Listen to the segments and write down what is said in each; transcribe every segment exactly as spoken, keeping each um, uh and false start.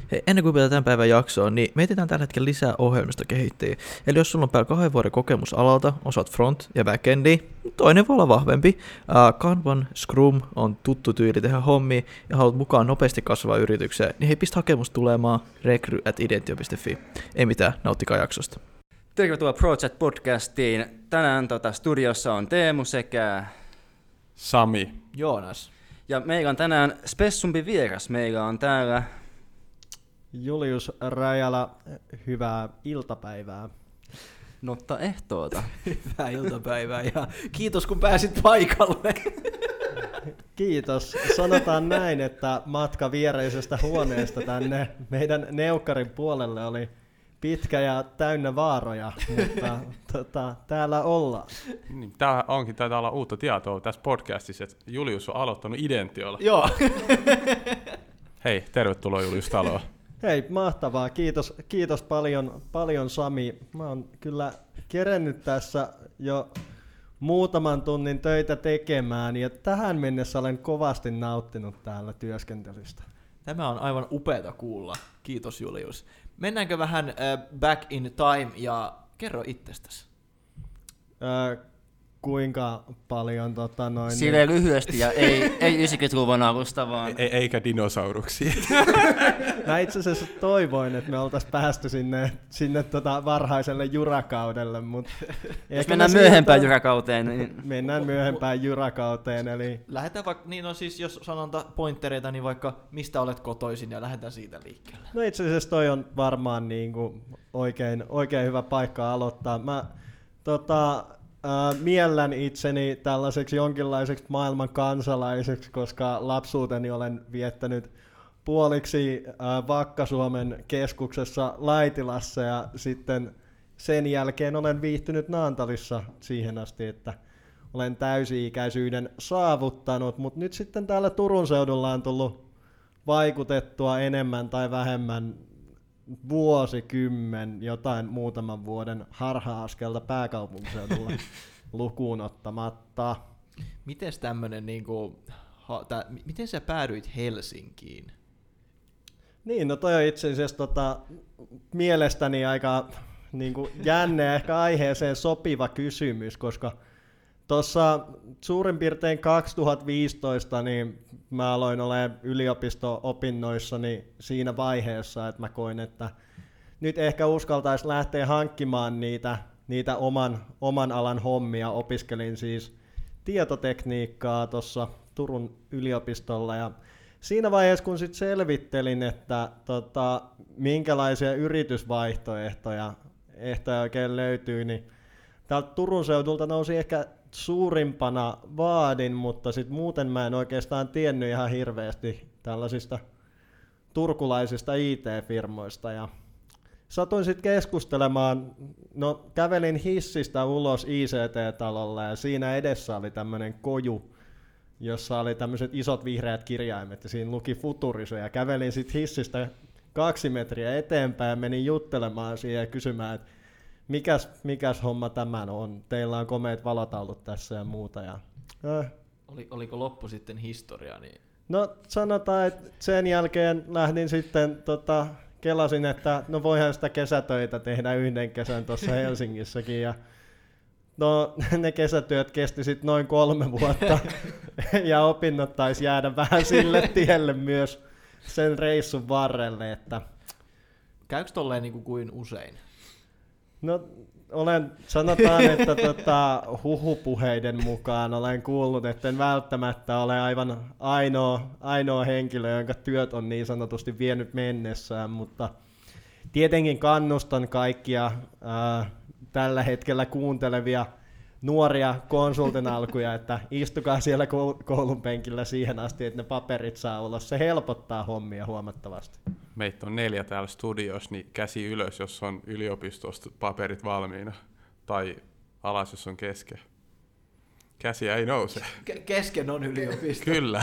Hei, ennen kuin vielä tämän päivän jaksoon, niin mietitään tällä hetkellä lisää ohjelmistokehittäjiä. Eli jos sulla on päällä kahden vuoden kokemus alalta, osaat front- ja backendia, toinen voi olla vahvempi. Uh, Kanban, Scrum on tuttu tyyli tehdä hommia ja haluat mukaan nopeasti kasvaa yritykseen, niin hei, pistä hakemus tulemaan rekry at identio piste fi. Ei mitään, nauttikaa jaksosta. Tervetuloa ProChat-podcastiin. Tänään tota, studiossa on Teemu sekä Sami. Joonas. Ja meillä on tänään spessumpi vieras. Meillä on täällä Julius Rajala, hyvää iltapäivää. Notta ehtoota. Hyvää iltapäivää ja kiitos kun pääsit paikalle. Kiitos. Sanotaan näin, että matka viereisestä huoneesta tänne meidän neukkarin puolelle oli pitkä ja täynnä vaaroja, mutta tota, täällä ollaan. Niin, tämä onkin, taitaa olla uutta tietoa tässä podcastissa, että Julius on aloittanut Identiolla. Joo. Hei, tervetuloa Julius taloon. Hei, mahtavaa. Kiitos, kiitos paljon, paljon Sami. Mä oon kyllä kerennyt tässä jo muutaman tunnin töitä tekemään ja tähän mennessä olen kovasti nauttinut täällä työskentelystä. Tämä on aivan upeata kuulla. Kiitos Julius. Mennäänkö vähän uh, back in time ja kerro itsestäsi. Öö, kuinka paljon tota noin... Silleen lyhyesti ja ei, ei yhdeksänkymmentäluvun alusta vaan. E- eikä dinosauruksia. Mä itse asiassa toivoin, että me oltaisiin päästy sinne, sinne tota varhaiselle jurakaudelle, mutta... Jos mennään myöhempään jurakauteen, niin... Mennään myöhempään jurakauteen, eli... Lähdetään vaikka, niin on siis, jos sanonta pointtereita, niin vaikka mistä olet kotoisin ja lähdetään siitä liikkeelle. No itse asiassa toi on varmaan niinku oikein, oikein hyvä paikka aloittaa. Mä tota, äh, miellän itseni tällaiseksi jonkinlaiseksi maailman kansalaiseksi, koska lapsuuteni olen viettänyt puoliksi äh, Vakka-Suomen keskuksessa Laitilassa ja sitten sen jälkeen olen viihtynyt Naantalissa siihen asti, että olen täysi-ikäisyyden saavuttanut, mutta nyt sitten täällä Turun seudulla on tullut vaikutettua enemmän tai vähemmän vuosikymmen, jotain muutaman vuoden harha-askelta pääkaupunkiseudulla lukuun ottamatta. Mites tämmönen, niinku, ha, tää, miten sä päädyit Helsinkiin? Niin, no toi on itse asiassa tota, mielestäni aika niin kuin jännä ja ehkä aiheeseen sopiva kysymys, koska tuossa suurin piirtein kaksituhattaviisitoista niin mä aloin olemaan yliopisto-opinnoissani siinä vaiheessa, että mä koin, että nyt ehkä uskaltaisi lähteä hankkimaan niitä, niitä oman, oman alan hommia. Opiskelin siis tietotekniikkaa tuossa Turun yliopistolla ja siinä vaiheessa, kun sit selvittelin, että tota, minkälaisia yritysvaihtoehtoja ehtoja oikein löytyy, niin täältä Turun seudulta nousi ehkä suurimpana Vaadin, mutta sit muuten mä en oikeastaan tiennyt ihan hirveästi tällaisista turkulaisista I T-firmoista. Ja satuin sitten keskustelemaan, no kävelin hissistä ulos I C T-talolla ja siinä edessä oli tämmöinen koju, jossa oli tämmöiset isot vihreät kirjaimet ja siinä luki Futurisu ja kävelin sitten hissistä kaksi metriä eteenpäin ja menin juttelemaan siihen ja kysymään, että mikäs, mikäs homma tämän on, teillä on komeat valotaulut tässä ja muuta. Ja, äh. Oli, oliko loppu sitten historia? Niin... No sanotaan, että sen jälkeen lähdin sitten, tota, kelasin, että no voihan sitä kesätöitä tehdä yhden kesän tuossa Helsingissäkin ja no ne kesätyöt kesti sitten noin kolme vuotta ja opinnot taisi jäädä vähän sille tielle myös sen reissun varrelle. Että... Käykö tolleen niin kuin usein? No olen, sanotaan, että tota, huhupuheiden mukaan olen kuullut, että en välttämättä ole aivan ainoa, ainoa henkilö, jonka työt on niin sanotusti vienyt mennessään, mutta tietenkin kannustan kaikkia ää, tällä hetkellä kuuntelevia nuoria konsultin alkuja, että istukaa siellä koulun penkillä siihen asti, että ne paperit saa ulos. Se helpottaa hommia huomattavasti. Meitä on neljä täällä studiossa, niin käsi ylös, jos on yliopistosta paperit valmiina, tai alas, jos on kesken. Käsiä ei nouse. Ke- kesken on yliopisto. Kyllä.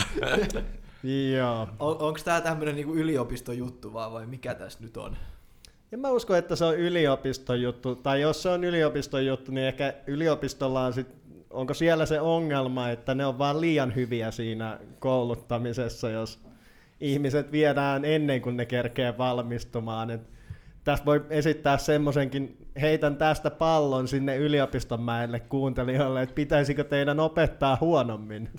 Joo. On, onko tämä tämmöinen niinku yliopistojuttu vaan vai mikä tässä nyt on? En mä usko, että se on yliopiston juttu, tai jos se on yliopiston juttu, niin ehkä yliopistolla on sit, onko siellä se ongelma, että ne on vaan liian hyviä siinä kouluttamisessa, jos ihmiset viedään ennen kuin ne kerkee valmistumaan. Et tässä voi esittää semmoisenkin, heitän tästä pallon sinne yliopistonmäelle kuuntelijoille, että pitäisikö teidän opettaa huonommin.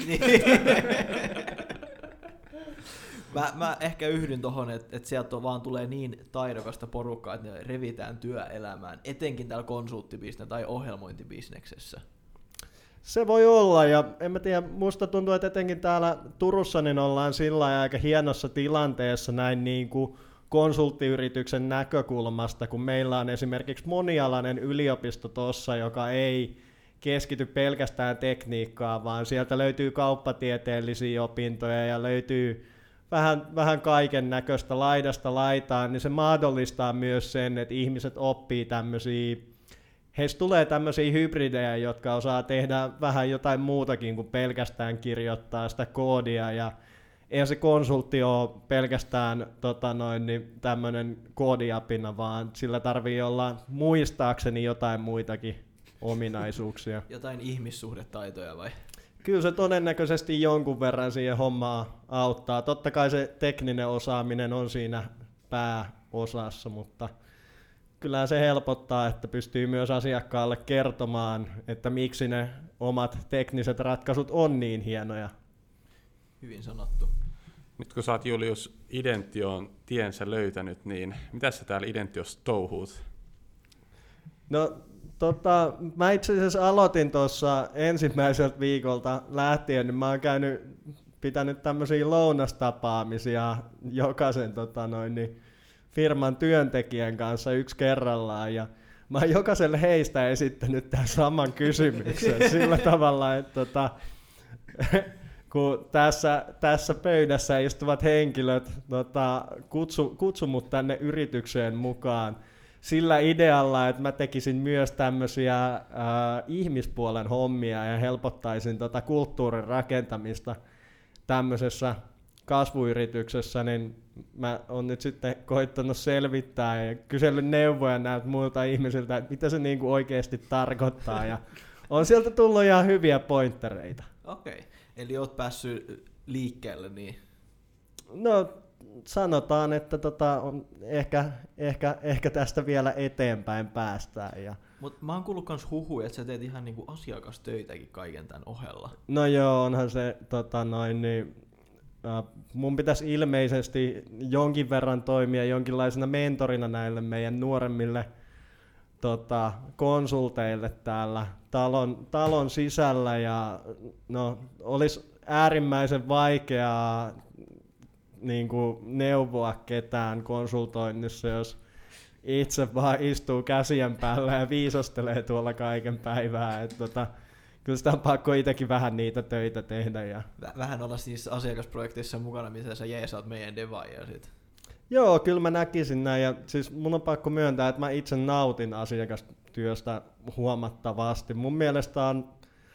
Mä, mä ehkä yhdyn tohon, että et sieltä vaan tulee niin taidokasta porukkaa, että ne revitään työelämään, etenkin täällä konsulttibisneksessä tai ohjelmointibisneksessä. Se voi olla, ja en mä tiedä, musta tuntuu, että etenkin täällä Turussa niin ollaan sillä lailla aika hienossa tilanteessa näin niin kuin konsulttiyrityksen näkökulmasta, kun meillä on esimerkiksi monialainen yliopisto tuossa, joka ei keskity pelkästään tekniikkaan, vaan sieltä löytyy kauppatieteellisiä opintoja ja löytyy vähän, vähän kaiken näköistä laidasta laitaan, niin se mahdollistaa myös sen, että ihmiset oppii tämmöisiä, heistä tulee tämmöisiä hybridejä, jotka osaa tehdä vähän jotain muutakin kuin pelkästään kirjoittaa sitä koodia, ja eihän se konsultti ole pelkästään tota noin, niin tämmöinen koodiapina, vaan sillä tarvii olla muistaakseni jotain muitakin ominaisuuksia. Jotain ihmissuhdetaitoja vai? Kyllä se todennäköisesti jonkun verran siihen hommaan auttaa. Totta kai se tekninen osaaminen on siinä pääosassa, mutta kyllä se helpottaa, että pystyy myös asiakkaalle kertomaan, että miksi ne omat tekniset ratkaisut on niin hienoja. Hyvin sanottu. Nyt kun sä oot Julius Idention tiensä löytänyt, niin mitä sä täällä Identiossa touhuut? No tota, mä itse asiassa aloitin tuossa ensimmäiseltä viikolta lähtien, niin mä oon käynyt, pitänyt tämmöisiä lounastapaamisia jokaisen tota noin, niin firman työntekijän kanssa yksi kerrallaan, ja mä oon jokaiselle heistä esittänyt tämän saman kysymyksen sillä tavalla, että tota, kun tässä, tässä pöydässä istuvat henkilöt tota, kutsu, kutsu mut tänne yritykseen mukaan sillä idealla, että mä tekisin myös tämmöisiä äh, ihmispuolen hommia ja helpottaisin tota kulttuurin rakentamista tämmöisessä kasvuyrityksessä, niin mä oon nyt sitten koittanut selvittää ja kysellyt neuvoja näiltä muilta ihmisiltä, että mitä se niinku oikeasti tarkoittaa, ja on sieltä tullut ihan hyviä pointtereita. Okei, eli oot päässyt liikkeelle niin? No sanotaan, että tota, on ehkä, ehkä, ehkä tästä vielä eteenpäin päästään. Ja Mutta mä oon kuullut kans huhuja, että sä teet ihan niinku asiakastöitäkin kaiken tämän ohella. no joo, onhan se tota noin, niin, äh, mun pitäisi ilmeisesti jonkin verran toimia jonkinlaisena mentorina näille meidän nuoremmille tota, konsulteille täällä talon, talon sisällä, ja no, olisi äärimmäisen vaikeaa niin kuin neuvoa ketään konsultoinnissa, jos itse vaan istuu käsien päällä ja viisostelee tuolla kaiken päivää. Et tota, kyllä sitä on pakko itsekin vähän niitä töitä tehdä. Ja Vähän olla siis asiakasprojekteissa mukana, missä sä jeesaat meidän devaajia sit. joo, kyllä mä näkisin näin. Ja siis mun on pakko myöntää, että mä itse nautin asiakastyöstä huomattavasti. Mun mielestä on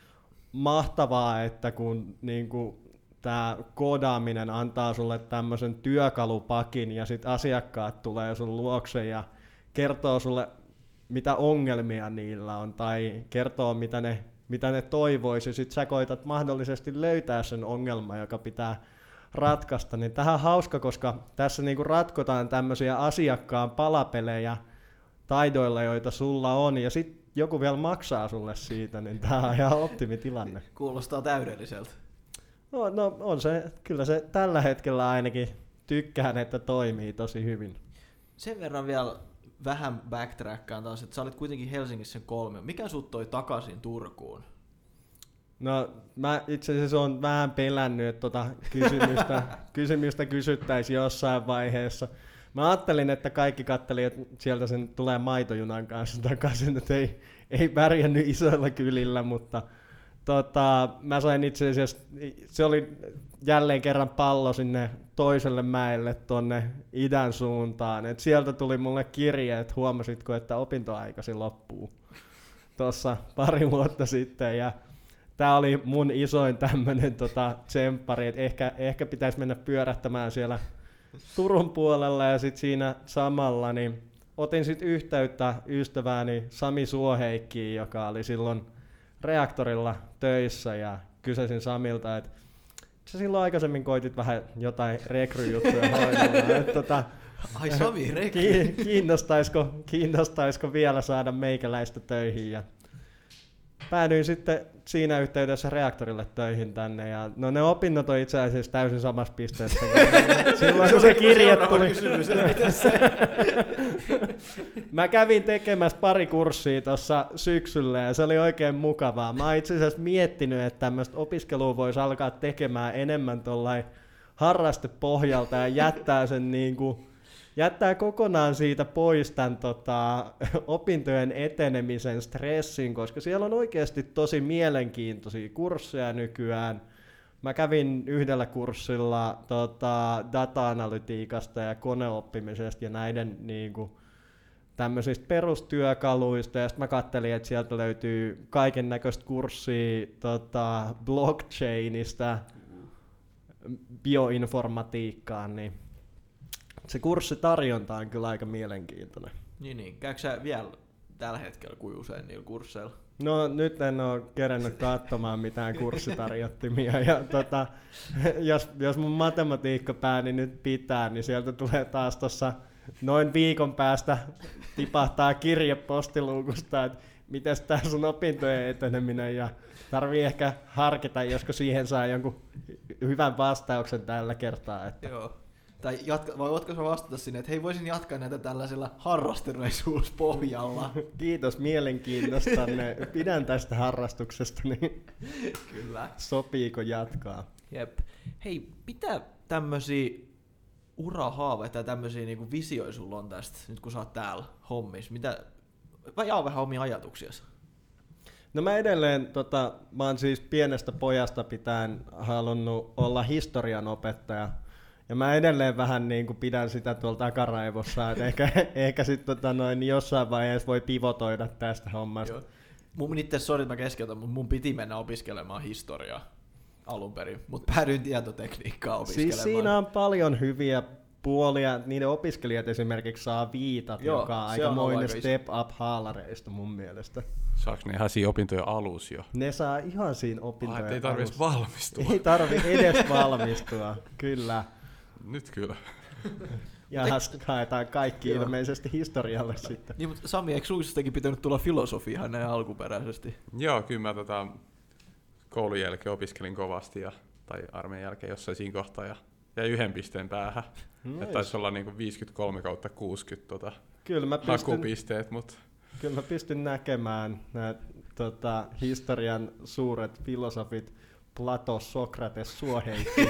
mahtavaa, että kun niin kuin tämä koodaaminen antaa sulle tämmöisen työkalupakin ja sitten asiakkaat tulee sun luokse ja kertoo sulle, mitä ongelmia niillä on, tai kertoo, mitä ne, mitä ne toivoisi, sitten sä koitat mahdollisesti löytää sen ongelman, joka pitää ratkaista. Niin tähän on hauska, koska tässä niinku ratkotaan tämmöisiä asiakkaan palapelejä taidoilla, joita sulla on, ja sitten joku vielä maksaa sulle siitä, niin tämä on ihan optimitilanne. Kuulostaa täydelliseltä. No, no on se, kyllä se tällä hetkellä ainakin tykkään, että toimii tosi hyvin. Sen verran vielä vähän backtrackkaan taas, että sä olit kuitenkin Helsingissä kolme. Mikä sut toi takaisin Turkuun? No mä itse asiassa olen vähän pelännyt, että tota kysymystä, kysymystä kysyttäisiin jossain vaiheessa. Mä ajattelin, että kaikki katteli, että sieltä sen tulee maitojunan kanssa takaisin, että ei, ei pärjännyt isoilla kylillä, mutta Tota, mä sain itse asiassa, se oli jälleen kerran pallo sinne toiselle mäelle tuonne idän suuntaan. Et sieltä tuli mulle kirje, että huomasitko, että opintoaikasi loppuu tuossa pari vuotta sitten. Ja tää oli mun isoin tämmönen tota, tsemppari, että ehkä, ehkä pitäisi mennä pyörähtämään siellä Turun puolella, ja sit siinä samalla niin otin sit yhteyttä ystävääni Sami Suoheikkiin, joka oli silloin Reaktorilla töissä, ja kysäsin Samilta, että sä silloin aikaisemmin koitit vähän jotain rekryjuttuja hoidella. tota, Ai Sami, rekry. ki- kiinnostaisiko, kiinnostaisiko vielä saada meikäläistä töihin. Ja päädyin sitten siinä yhteydessä reaktorille töihin tänne. Ja no ne opinnot on itse asiassa täysin samassa pisteessä. Silloin kun se kirje tuli. Kysymys, miten se? Mä kävin tekemässä pari kurssia tuossa syksyllä ja se oli oikein mukavaa. Mä oon itse asiassa miettinyt, että tämmöistä opiskelua voisi alkaa tekemään enemmän tuollain harrastepohjalta ja jättää sen niinku, jättää kokonaan siitä pois tämän tota, opintojen etenemisen stressin, koska siellä on oikeasti tosi mielenkiintoisia kursseja nykyään. Mä kävin yhdellä kurssilla tota, data-analytiikasta ja koneoppimisesta ja näiden niinku, tämmöisistä perustyökaluista, ja sitten mä kattelin, että sieltä löytyy kaiken näköistä kurssia tota, blockchainista bioinformatiikkaan, niin se kurssitarjonta on kyllä aika mielenkiintoinen. Niin, niin. Käykö sä vielä tällä hetkellä kuin usein niillä kursseilla? No nyt en ole kerennyt katsomaan mitään kurssitarjottimia, ja tota, jos, jos mun matematiikkapääni nyt pitää, niin sieltä tulee taas tuossa noin viikon päästä tipahtaa kirje postiluukusta, että miten tää sun opintojen eteneminen, ja tarvii ehkä harkita, josko siihen saa jonkun hyvän vastauksen tällä kertaa. Että. Joo. Tai jatka, vai voitko sä vastata sinne, että hei, voisin jatkaa näitä tällaisella harrastereisuuspohjalla. Kiitos mielenkiinnostanne. Pidän tästä harrastuksesta, niin Kyllä. sopiiko jatkaa? Jep. Hei, mitä tämmösiä urahaaveita ja tämmösiä niinku visioja sulla on tästä, nyt kun sä oot täällä hommissa? Mitä, vai jaa vähän omia ajatuksiasi? No mä edelleen, tota, mä oon siis pienestä pojasta pitäen halunnut olla historian opettaja. Ja mä edelleen vähän niin kuin pidän sitä tuolla takaraivossa, että ehkä, ehkä sitten tota noin, jossain vaiheessa voi pivotoida tästä hommasta. Joo. Mun itse, sori, että mä keskeytän, mutta mun piti mennä opiskelemaan historiaa alun perin, mutta päädyin tietotekniikkaa opiskelemaan. Siis siinä on paljon hyviä puolia. Niiden opiskelijat esimerkiksi saa viitat, Joo, joka on se aikamoinen on aika step up haalareista mun mielestä. Saako ne ihan siinä opintojen alussa jo? Ne saa ihan siinä opintojen Ah, ei tarvitse alussa. valmistua. Ei tarvi edes valmistua, kyllä. Nyt kyllä. Ja haetaan kaikki Joo. ilmeisesti historialle sitten. Niin, mutta Sami, eikö suusistakin pitänyt tulla filosofiaan näin alkuperäisesti? Joo, kyllä mä tota, koulun jälkeen opiskelin kovasti, ja, tai armeijan jälkeen jossain siinä kohtaa, ja jäi yhden pisteen päähän. Nice. Että taisi olla niinku viisikymmentäkolme kautta kuusikymmentä tota, Kyllä mä pystyn, hakupisteet, mutta kyllä mä pystyn näkemään nämä tota, historian suuret filosofit Plato, Sokrates, Suoheikki.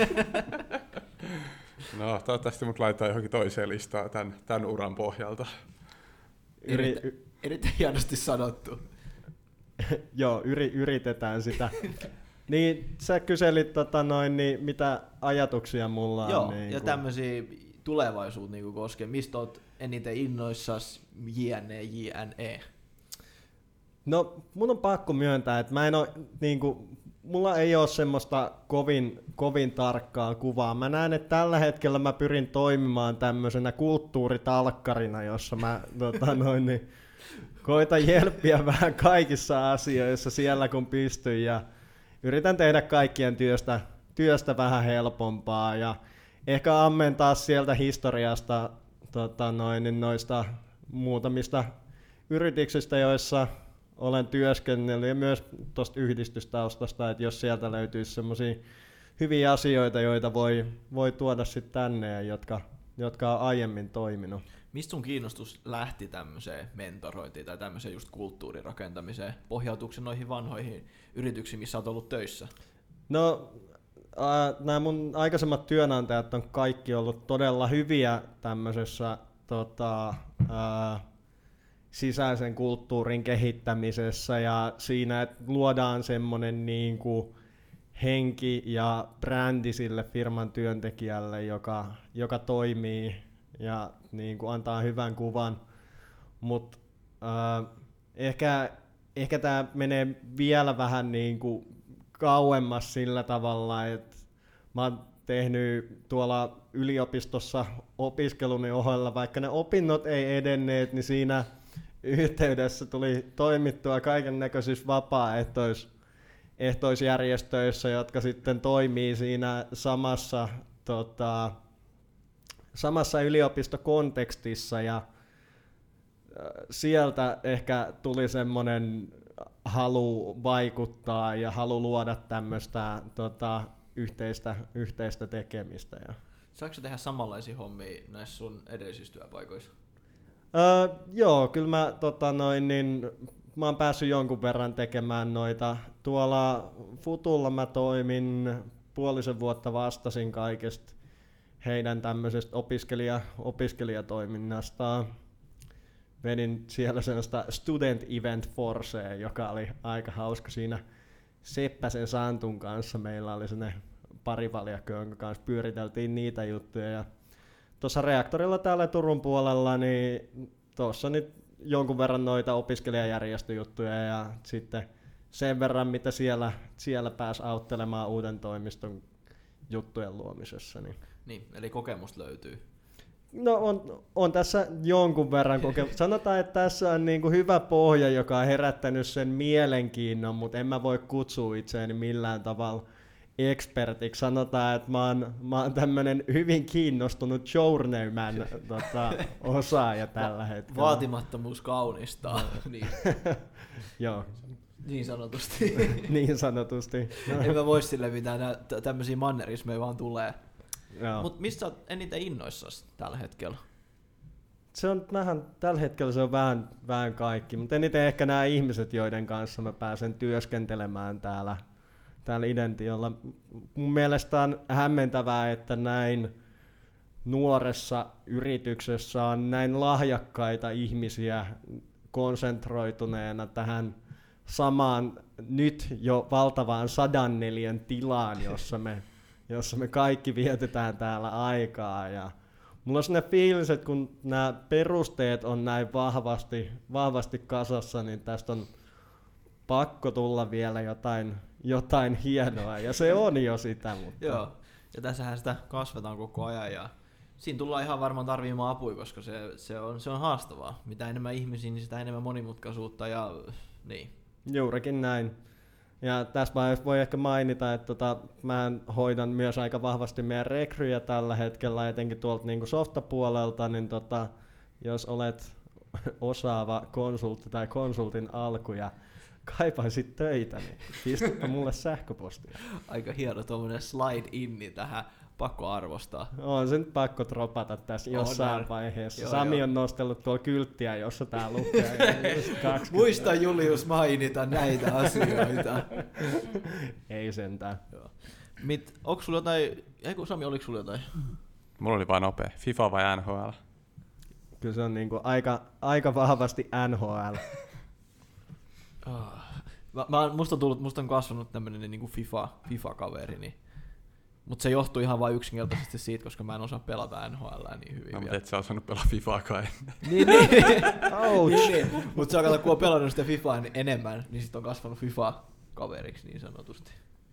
no toivottavasti mut laittaa johonkin toiseen listaan tämän, tämän uran pohjalta. Yri, Eritä, erittäin hienosti sanottu. joo, yri, yritetään sitä. Niin, sä kyselit, tota noin, niin mitä ajatuksia mulla on. Joo, niin ja kun- tämmöisiä tulevaisuutta niin koskee. Mistä oot eniten innoissas, jne, jne? No, mun on pakko myöntää, että mä en oo, niinku, mulla ei ole semmoista kovin, kovin tarkkaa kuvaa. Mä näen, että tällä hetkellä mä pyrin toimimaan tämmöisenä kulttuuritalkkarina, jossa mä tota noin, niin, koitan jelppiä vähän kaikissa asioissa siellä kun pystyn ja yritän tehdä kaikkien työstä, työstä vähän helpompaa ja ehkä ammentaa sieltä historiasta tota noin, niin noista muutamista yrityksistä, joissa olen työskennellyt ja myös tuosta yhdistystaustasta, että jos sieltä löytyisi semmoisia hyviä asioita, joita voi, voi tuoda sitten tänne ja jotka, jotka on aiemmin toiminut. Mistä sun kiinnostus lähti tämmöiseen mentorointiin tai tämmöiseen just kulttuurirakentamiseen? Pohjautuuko se noihin vanhoihin yrityksiin, missä olet ollut töissä? No, äh, nämä mun aikaisemmat työnantajat on kaikki ollut todella hyviä tämmöisessä tota, äh, sisäisen kulttuurin kehittämisessä ja siinä, että luodaan semmoinen niin kuin henki ja brändi sille firman työntekijälle, joka, joka toimii ja niin kuin antaa hyvän kuvan, mutta äh, ehkä, ehkä tämä menee vielä vähän niin kuin kauemmas sillä tavalla, että mä oon tehnyt tuolla yliopistossa opiskeluni ohella, vaikka ne opinnot ei edenneet, niin siinä yhteydessä tuli toimittua kaiken näköisissä vapaaehtois ehtoisjärjestöissä, jotka sitten toimii siinä samassa, tota, samassa yliopistokontekstissa, ja sieltä ehkä tuli semmoinen halu vaikuttaa ja halu luoda tämmöistä tota, yhteistä, yhteistä tekemistä. Ja. Saatko sä tehdä samanlaisia hommia näissä sun edellisissä työpaikoissa? Öö, joo, kyllä mä, tota noin, niin, mä oon päässyt jonkun verran tekemään noita. Tuolla Futulla mä toimin puolisen vuotta, vastasin kaikesta heidän tämmöisestä opiskelija, opiskelijatoiminnastaan. Vedin siellä sellaista Student Event Forcea, joka oli aika hauska. Siinä Seppäsen Santun kanssa meillä oli sellainen parivaljakko, jonka kanssa pyöriteltiin niitä juttuja. Ja tuossa Reaktorilla täällä Turun puolella, niin tuossa nyt jonkun verran noita opiskelijajärjestöjuttuja ja sitten sen verran, mitä siellä, siellä pääsi auttelemaan uuden toimiston juttujen luomisessa. Niin, niin eli kokemusta löytyy. No on, on tässä jonkun verran kokemusta. Sanotaan, että tässä on niin kuin hyvä pohja, joka on herättänyt sen mielenkiinnon, mutta en mä voi kutsua itseäni millään tavalla expertiksi. Sanotaan, että mä oon, mä oon tämmönen hyvin kiinnostunut journeyman tota, osaaja tällä hetkellä. Vaatimattomuus kaunistaa. niin. Joo. Niin sanotusti. niin sanotusti. En mä voi sille mitään, tämmöisiä mannerismeja vaan tulee. Joo. Mut mistä sä oot eniten innoissasi tällä hetkellä? Se on vähän, tällä hetkellä se on vähän, vähän kaikki, mutta eniten ehkä nämä ihmiset, joiden kanssa mä pääsen työskentelemään täällä, täällä Identiolla. Mun mielestä on hämmentävää, että näin nuoressa yrityksessä on näin lahjakkaita ihmisiä konsentroituneena tähän samaan nyt jo valtavaan sadan neliön tilaan, jossa me jossa me kaikki vietetään täällä aikaa. Ja mulla on sellainen fiilis, että kun nämä perusteet on näin vahvasti, vahvasti kasassa, niin tästä on pakko tulla vielä jotain, jotain hienoa, ja se on jo sitä. Mutta joo, ja tässähän sitä kasvetaan koko ajan, ja siinä tullaan ihan varmaan tarvimaan apua, koska se, se, on, se on haastavaa. Mitä enemmän ihmisiä, niin sitä enemmän monimutkaisuutta, ja niin. Juurikin näin. Ja tässä vaiheessa voi ehkä mainita, että tota, mä hoidan myös aika vahvasti meidän rekryjä tällä hetkellä, etenkin tuolta niin kuin softapuolelta, niin tota, jos olet osaava konsultti tai konsultin alku ja kaipaisit töitä, niin pistäpä mulle sähköpostia. Aika hieno tuommoinen slide-inni tähän, pakko arvostaa. On se nyt pakko dropata tässä jossain on, vaiheessa. Joo, Sami joo. on nostellut tuolla kylttiä, jossa tää lukee. Muista Julius mainita näitä asioita. Ei sentään. Joo. Mit, onko sulla jotain, eiku Sami, oliko sulla jotain? Mulla oli vain nopea. FIFA vai N H L? Kyllä se on niinku aika, aika vahvasti N H L. oh. mä, mä, musta, on tullut, musta on kasvanut tämmönen niinku FIFA, FIFA-kaveri, niin mutta se johtuu ihan vain yksinkertaisesti siitä, koska mä en osaa pelata N H L niin hyvin. No, mutta et sä osannut pelaa FIFAakaan ennen. niin, niin. niin, niin. Mutta se on kato, kun on pelannut sitä FIFAa niin enemmän, niin sit on kasvanut FIFA-kaveriksi niin sanotusti.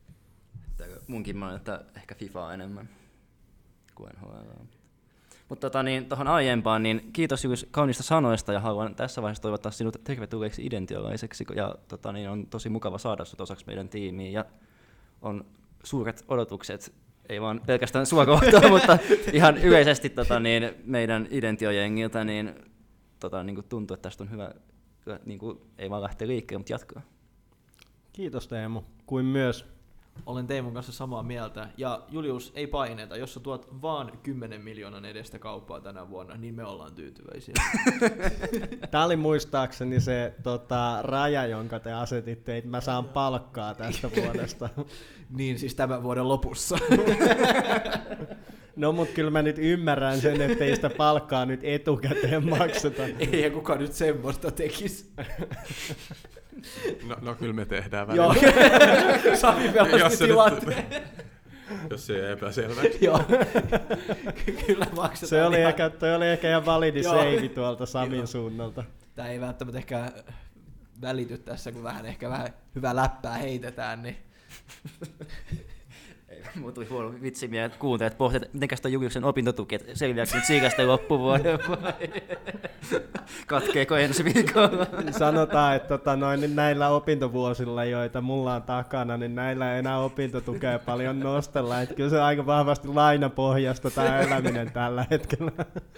Munkin mä että ehkä FIFAa enemmän kuin N H L. Mutta tota, niin, tuohon aiempaan, niin kiitos Julius kaunista sanoista, ja haluan tässä vaiheessa toivottaa sinut tervetulleeksi identiolaiseksi, ja tota, niin, on tosi mukava saada sinut osaksi meidän tiimiin, ja on suuret odotukset, ei vaan pelkästään sua kohtaan, mutta ihan yleisesti tota, niin, meidän identiojengiltä, niin, tota, niin kuin tuntuu, että tästä on hyvä, niin kuin, ei vaan lähteä liikkeelle, mutta jatkaa. Kiitos Teemu, kuin myös. Olen Teemun kanssa samaa mieltä, ja Julius, ei paineeta, jos sä tuot vaan kymmenen miljoonan edestä kauppaa tänä vuonna, niin me ollaan tyytyväisiä. Tämä oli muistaakseni se tota, raja, jonka te asetitte, että mä saan palkkaa tästä vuodesta. Niin, siis tämän vuoden lopussa. No mut kyllä mä nyt ymmärrän sen, ettei sitä palkkaa nyt etukäteen makseta. Ei kuka nyt semmoista tekisi. No, no kyllä me tehdään välillä. Joo, Sami pelasti tilanteen. Jos se ei epäselväksi. Joo, kyllä maksetaan. Se oli, ihan... ehkä, toi oli ehkä ihan validi seivi tuolta Samin suunnalta. Tää ei välttämättä ehkä välity tässä, kun vähän ehkä vähän hyvää läppää heitetään. Niin... Mulla tuli huono vitsi mieleen, että kuuntelet pohtia, että mitenkäs toi Juliuksen opintotuki, että selviääkö nyt siitä sitten loppuvuoden vai katkeeko ensi viikolla? Sanotaan, että tota, noin, niin näillä opintovuosilla, joita mulla on takana, niin näillä ei enää opintotukea paljon nostella. Että kyllä se aika vahvasti lainapohjasta tämä eläminen tällä hetkellä.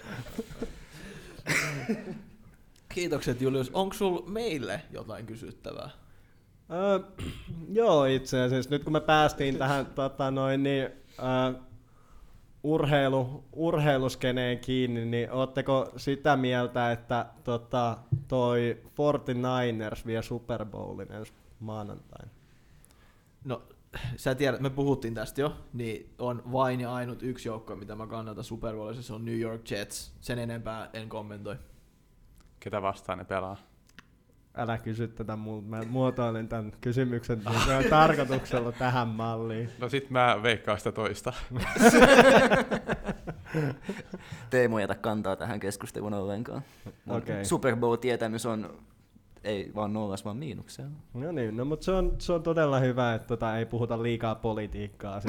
Kiitokset Julius. Onko sulla meille jotain kysyttävää? Öö, joo, itse asiassa. Nyt kun me päästiin tähän tota, noin, niin, öö, urheilu, urheiluskeneen kiinni, niin ootteko sitä mieltä, että tota, toi forty-niners vie Super Bowlin ensi maanantaina? No, sä tiedät, me puhuttiin tästä jo, niin on vain ja ainut yksi joukko, mitä mä kannatan Super Bowlissa, se on New York Jets. Sen enempää en kommentoi. Ketä vastaan ne pelaa? Älä kysy tätä multa. Mä muotoilin tämän kysymyksen tarkoituksella tähän malliin. No sit mä veikkaan sitä toista. Teemu ei jätä kantaa tähän keskusteluun ollenkaan. Okay. Super Bowl-tietämys on ei vaan nollas, vaan miinuksella. No niin, no, mutta se on, se on todella hyvä, että tota, ei puhuta liikaa politiikkaa.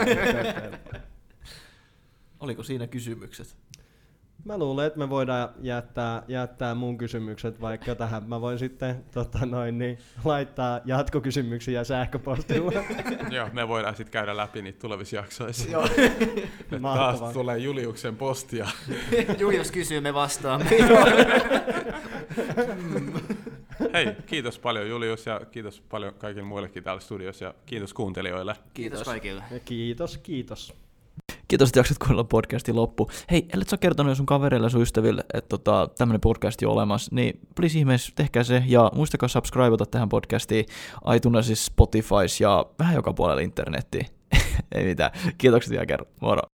Oliko siinä kysymykset? Mä luulen, että me voidaan jättää, jättää mun kysymykset vaikka tähän. Mä voin sitten tota noin, niin, laittaa jatkokysymyksiä sähköpostilla. Joo, me voidaan sitten käydä läpi niitä tulevissa jaksoissa. Joo. Taas tulee Juliuksen postia. Julius kysyy, me vastaamme. Hei, kiitos paljon Julius ja kiitos paljon kaikille muillekin täällä studiossa ja kiitos kuuntelijoille. Kiitos, kiitos kaikille. Ja kiitos, kiitos. Kiitos, että jaksat kuunnella podcastin loppu. Hei, ellet sä kertonut jo sun kavereille ja sun ystäville, että tota, tämmönen podcast on olemassa, niin please ihmeessä tehkää se ja muistakaa subscribeata tähän podcastiin iTunesissa, Spotifys ja vähän joka puolella internettiin. Ei mitään. Kiitokset vielä kerran. Moro.